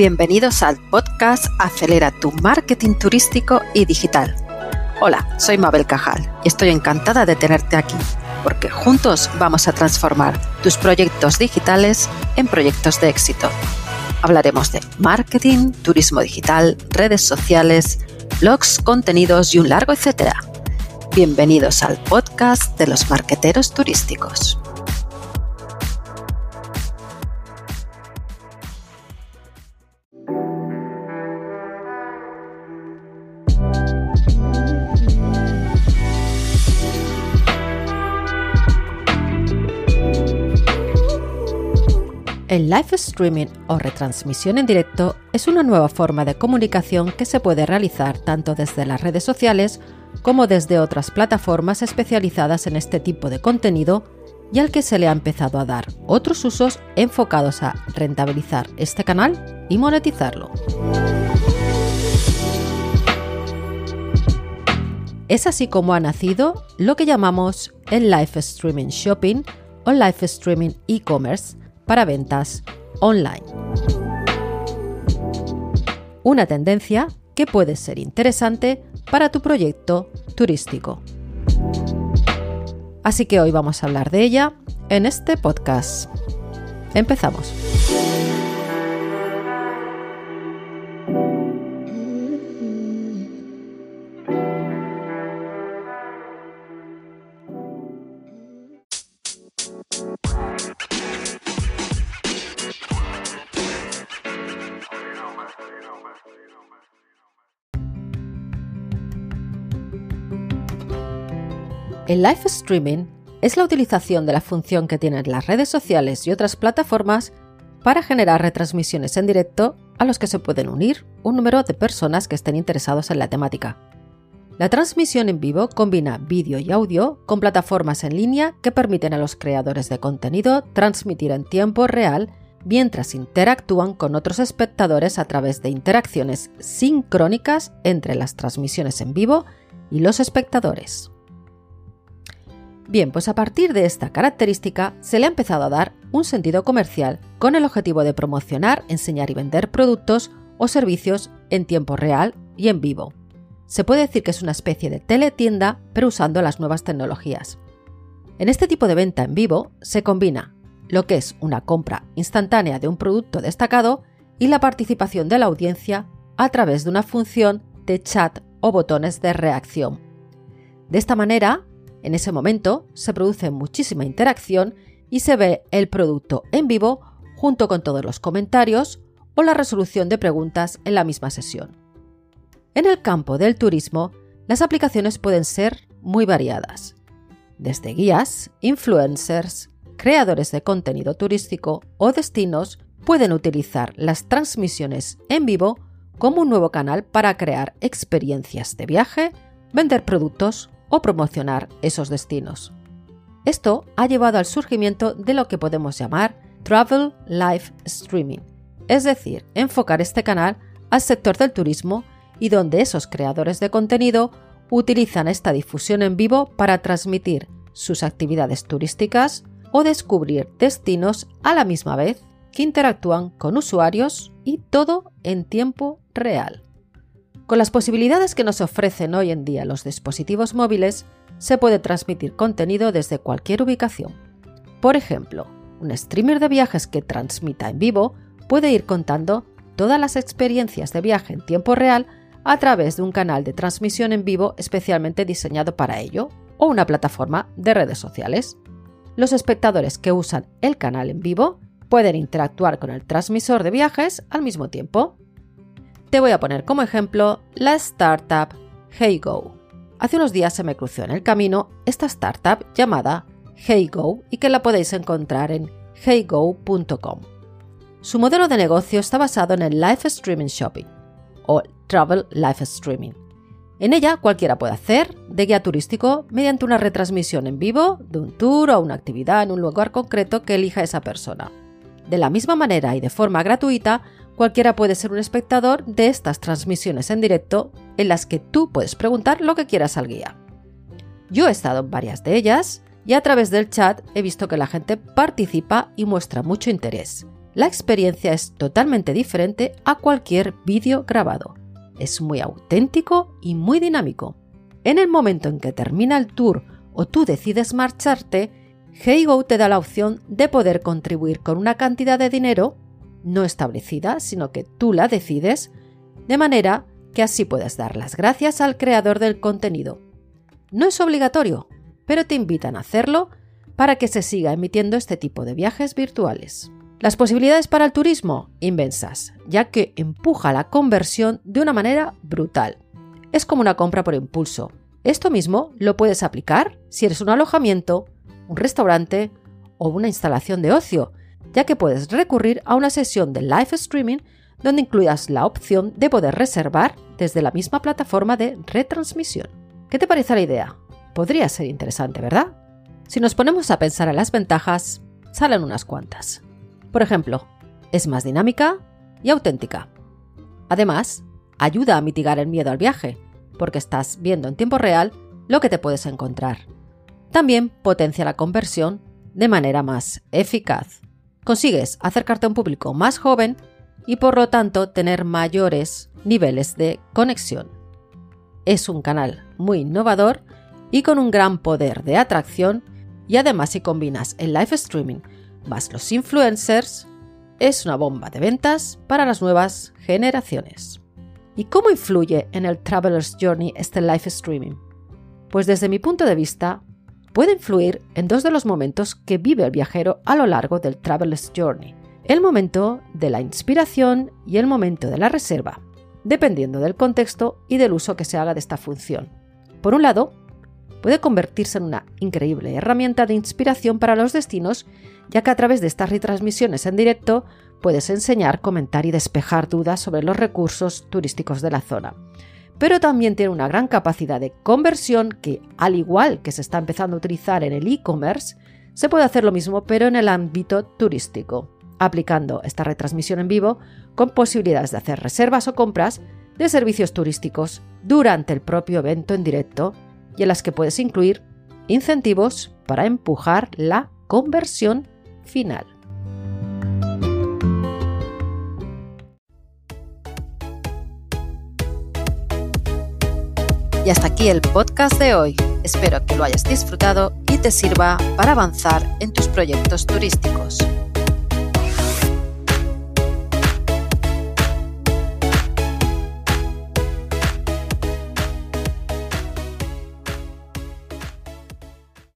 Bienvenidos al podcast Acelera tu marketing turístico y digital. Hola, soy Mabel Cajal y estoy encantada de tenerte aquí, porque juntos vamos a transformar tus proyectos digitales en proyectos de éxito. Hablaremos de marketing, turismo digital, redes sociales, blogs, contenidos y un largo etcétera. Bienvenidos al podcast de los marketeros turísticos. El live streaming o retransmisión en directo es una nueva forma de comunicación que se puede realizar tanto desde las redes sociales como desde otras plataformas especializadas en este tipo de contenido y al que se le ha empezado a dar otros usos enfocados a rentabilizar este canal y monetizarlo. Es así como ha nacido lo que llamamos el live streaming shopping o live streaming e-commerce para ventas online. Una tendencia que puede ser interesante para tu proyecto turístico. Así que hoy vamos a hablar de ella en este podcast. Empezamos. El live streaming es la utilización de la función que tienen las redes sociales y otras plataformas para generar retransmisiones en directo a los que se pueden unir un número de personas que estén interesados en la temática. La transmisión en vivo combina vídeo y audio con plataformas en línea que permiten a los creadores de contenido transmitir en tiempo real mientras interactúan con otros espectadores a través de interacciones sincrónicas entre las transmisiones en vivo y los espectadores. Bien, pues a partir de esta característica se le ha empezado a dar un sentido comercial con el objetivo de promocionar, enseñar y vender productos o servicios en tiempo real y en vivo. Se puede decir que es una especie de teletienda, pero usando las nuevas tecnologías. En este tipo de venta en vivo se combina lo que es una compra instantánea de un producto destacado y la participación de la audiencia a través de una función de chat o botones de reacción. De esta manera, en ese momento se produce muchísima interacción y se ve el producto en vivo junto con todos los comentarios o la resolución de preguntas en la misma sesión. En el campo del turismo, las aplicaciones pueden ser muy variadas. Desde guías, influencers, creadores de contenido turístico o destinos pueden utilizar las transmisiones en vivo como un nuevo canal para crear experiencias de viaje, vender productos o promocionar esos destinos. Esto ha llevado al surgimiento de lo que podemos llamar Travel Live Streaming, es decir, enfocar este canal al sector del turismo y donde esos creadores de contenido utilizan esta difusión en vivo para transmitir sus actividades turísticas o descubrir destinos a la misma vez que interactúan con usuarios y todo en tiempo real. Con las posibilidades que nos ofrecen hoy en día los dispositivos móviles, se puede transmitir contenido desde cualquier ubicación. Por ejemplo, un streamer de viajes que transmita en vivo puede ir contando todas las experiencias de viaje en tiempo real a través de un canal de transmisión en vivo especialmente diseñado para ello o una plataforma de redes sociales. Los espectadores que usan el canal en vivo pueden interactuar con el transmisor de viajes al mismo tiempo. Te voy a poner como ejemplo la startup HeyGo. Hace unos días se me cruzó en el camino esta startup llamada HeyGo y que la podéis encontrar en heygo.com. Su modelo de negocio está basado en el live streaming shopping o travel live streaming. En ella cualquiera puede hacer de guía turístico mediante una retransmisión en vivo de un tour o una actividad en un lugar concreto que elija esa persona. De la misma manera y de forma gratuita, cualquiera puede ser un espectador de estas transmisiones en directo en las que tú puedes preguntar lo que quieras al guía. Yo he estado en varias de ellas y a través del chat he visto que la gente participa y muestra mucho interés. la experiencia es totalmente diferente a cualquier vídeo grabado. Es muy auténtico y muy dinámico. En el momento en que termina el tour o tú decides marcharte, HeyGo te da la opción de poder contribuir con una cantidad de dinero no establecida, sino que tú la decides, de manera que así puedas dar las gracias al creador del contenido. No es obligatorio, pero te invitan a hacerlo para que se siga emitiendo este tipo de viajes virtuales. Las posibilidades para el turismo, inmensas, ya que empuja la conversión de una manera brutal. Es como una compra por impulso. Esto mismo lo puedes aplicar si eres un alojamiento, un restaurante o una instalación de ocio, ya que puedes recurrir a una sesión de live streaming donde incluyas la opción de poder reservar desde la misma plataforma de retransmisión. ¿Qué te parece la idea? Podría ser interesante, ¿verdad? Si nos ponemos a pensar en las ventajas, salen unas cuantas. Por ejemplo, es más dinámica y auténtica. Además, ayuda a mitigar el miedo al viaje, porque estás viendo en tiempo real lo que te puedes encontrar. También potencia la conversión de manera más eficaz. Consigues acercarte a un público más joven y por lo tanto tener mayores niveles de conexión. Es un canal muy innovador y con un gran poder de atracción, y además si combinas el live streaming más los influencers, es una bomba de ventas para las nuevas generaciones. ¿Y cómo influye en el Traveler's Journey este live streaming? Pues desde mi punto de vista, puede influir en dos de los momentos que vive el viajero a lo largo del Traveler's Journey: el momento de la inspiración y el momento de la reserva, dependiendo del contexto y del uso que se haga de esta función. Por un lado, puede convertirse en una increíble herramienta de inspiración para los destinos, ya que a través de estas retransmisiones en directo puedes enseñar, comentar y despejar dudas sobre los recursos turísticos de la zona. Pero también tiene una gran capacidad de conversión que, al igual que se está empezando a utilizar en el e-commerce, se puede hacer lo mismo pero en el ámbito turístico, aplicando esta retransmisión en vivo con posibilidades de hacer reservas o compras de servicios turísticos durante el propio evento en directo, y en las que puedes incluir incentivos para empujar la conversión final. Y hasta aquí el podcast de hoy. Espero que lo hayas disfrutado y te sirva para avanzar en tus proyectos turísticos.